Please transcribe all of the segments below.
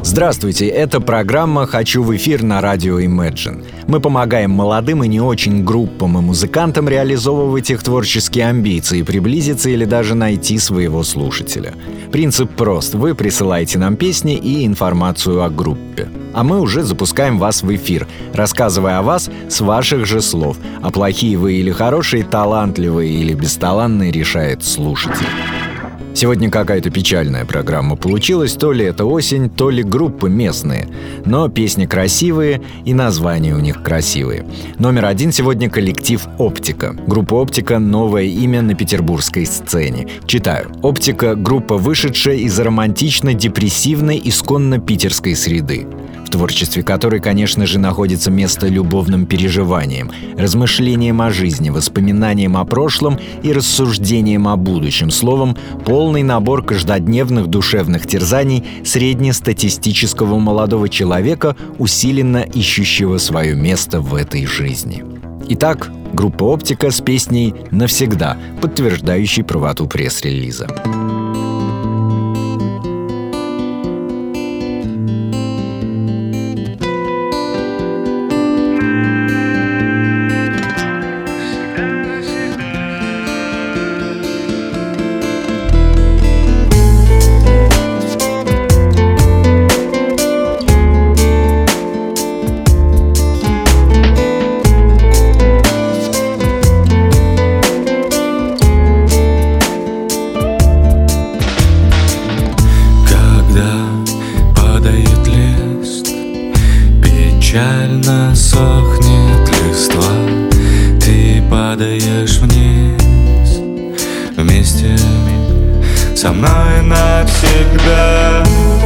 Здравствуйте, это программа «Хочу в эфир» на радио Imagine. Мы помогаем молодым и не очень группам и музыкантам реализовывать их творческие амбиции, приблизиться или даже найти своего слушателя. Принцип прост. Вы присылаете нам песни и информацию о группе. А мы уже запускаем вас в эфир, рассказывая о вас с ваших же слов. А плохие вы или хорошие, талантливые или бесталанные решает слушатель. Сегодня какая-то печальная программа получилась, то ли это осень, то ли группы местные. Но песни красивые и названия у них красивые. Номер 1 сегодня коллектив «Оптика». Группа «Оптика» — новое имя на петербургской сцене. Читаю. «Оптика» — группа, вышедшая из романтично-депрессивной исконно питерской среды, в творчестве которой, конечно же, находится место любовным переживаниям, размышлениям о жизни, воспоминаниям о прошлом и рассуждениям о будущем. Словом, полный набор каждодневных душевных терзаний среднестатистического молодого человека, усиленно ищущего свое место в этой жизни. Итак, группа «Оптика» с песней «Навсегда», подтверждающей правоту пресс-релиза. Печально сохнет листва, ты падаешь вниз вместе со мной навсегда.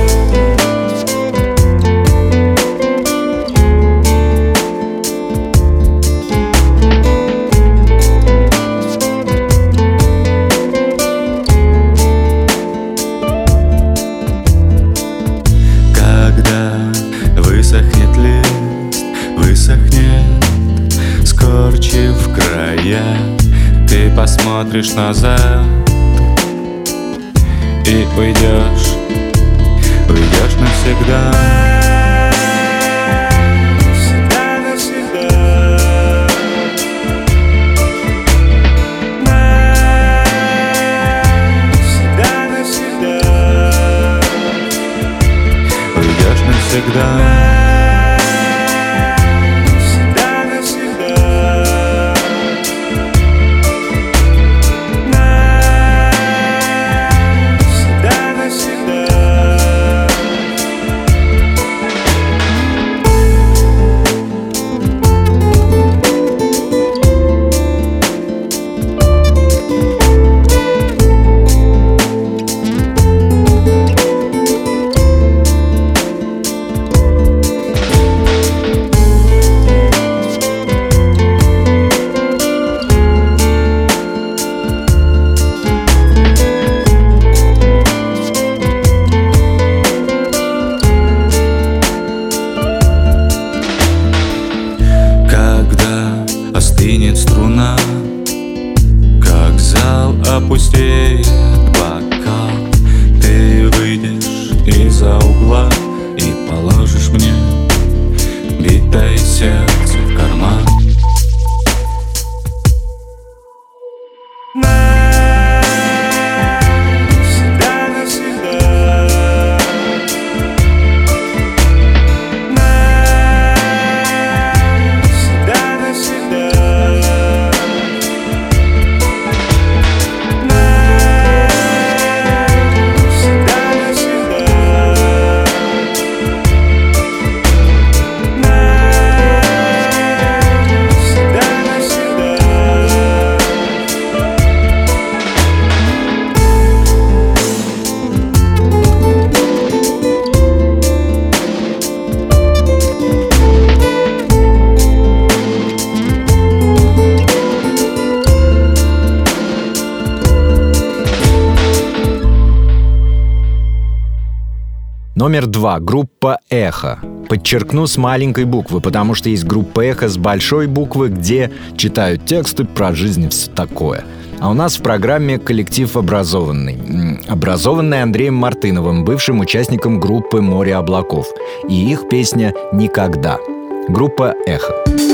Высохнет, скорчив края, ты посмотришь назад и уйдешь навсегда. Уйдешь навсегда. Остынет струна, как зал опустеет бокал, ты выйдешь из-за угла и положишь мне битое сердце в карман. Номер 2. Группа «Эхо». Подчеркну с маленькой буквы, потому что есть группа «Эхо» с большой буквы, где читают тексты про жизнь и все такое. А у нас в программе коллектив образованный. Образованный Андреем Мартыновым, бывшим участником группы «Море облаков». И их песня «Никогда». Группа «Эхо».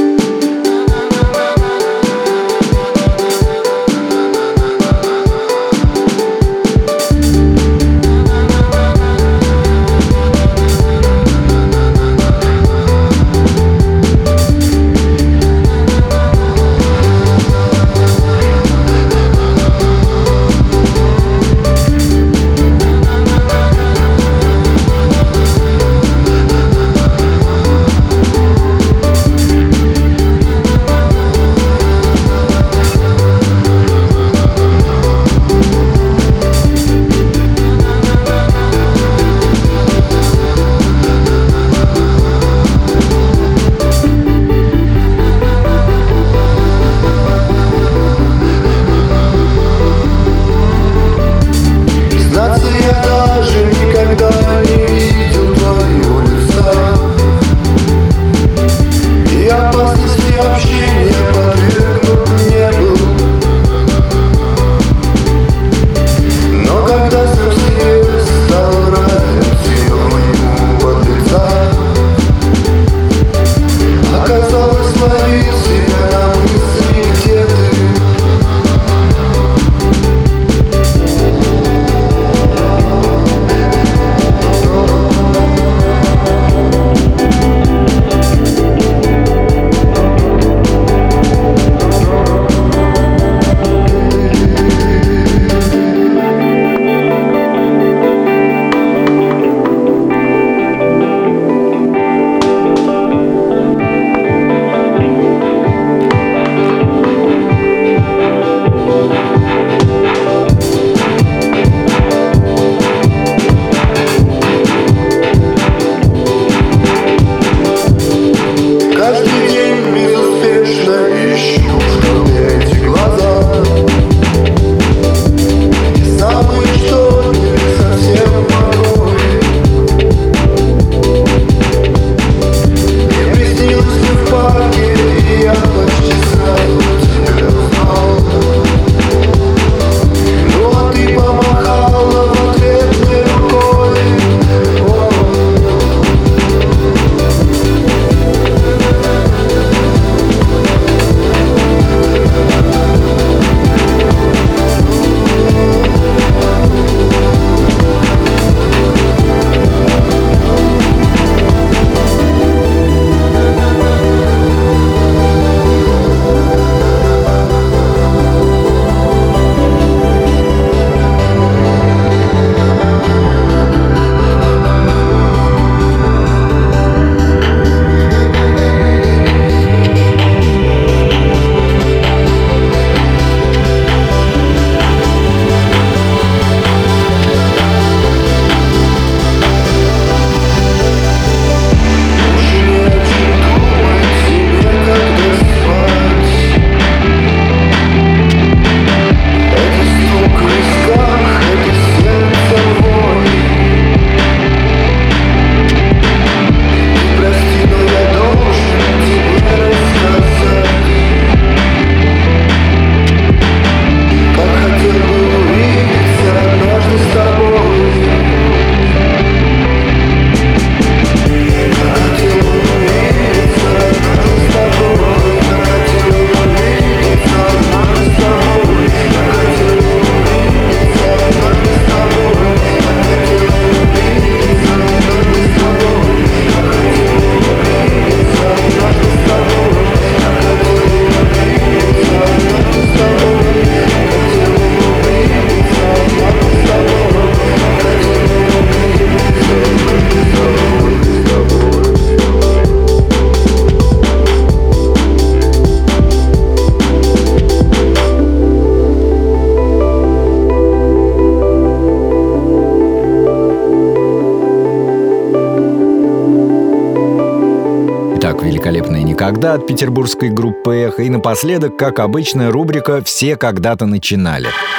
великолепная «Никогда» от петербургской группы «Эхо». И напоследок, как обычно, рубрика «Все когда-то начинали».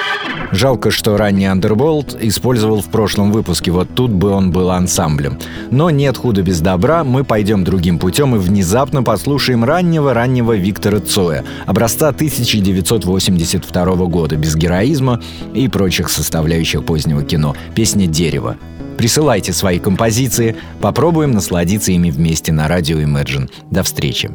Жалко, что ранний Underworld использовал в прошлом выпуске, вот тут бы он был ансамблем. Но нет худа без добра, мы пойдем другим путем и внезапно послушаем раннего Виктора Цоя, образца 1982 года, без героизма и прочих составляющих позднего кино. Песня «Дерево». Присылайте свои композиции, попробуем насладиться ими вместе на радио Imagine. До встречи.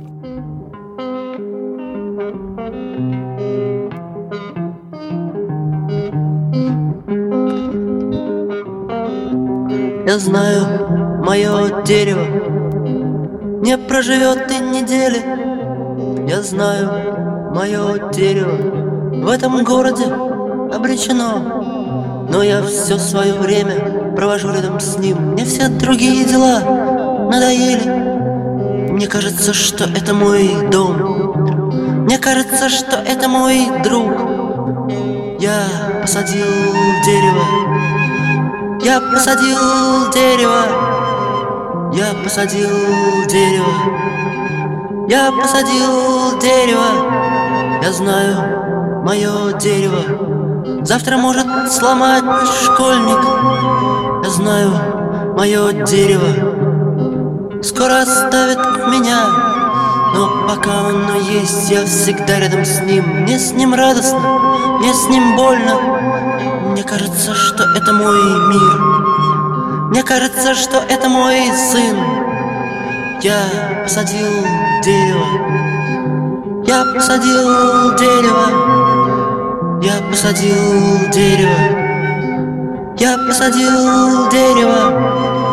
Я знаю, мое дерево не проживет и недели. Я знаю, мое дерево в этом городе обречено. Но я все свое время провожу рядом с ним. Мне все другие дела надоели. Мне кажется, что это мой дом. Мне кажется, что это мой друг. Я посадил дерево. Я посадил дерево. Я посадил дерево. Я посадил дерево. Я знаю, мое дерево завтра может сломать школьник. Я знаю, мое дерево скоро оставит меня. Но пока оно есть, я всегда рядом с ним. Мне с ним радостно, мне с ним больно. Мне кажется, что это мой мир. Мне кажется, что это мой сын. Я посадил дерево. Я посадил дерево. Я посадил дерево. Я посадил дерево.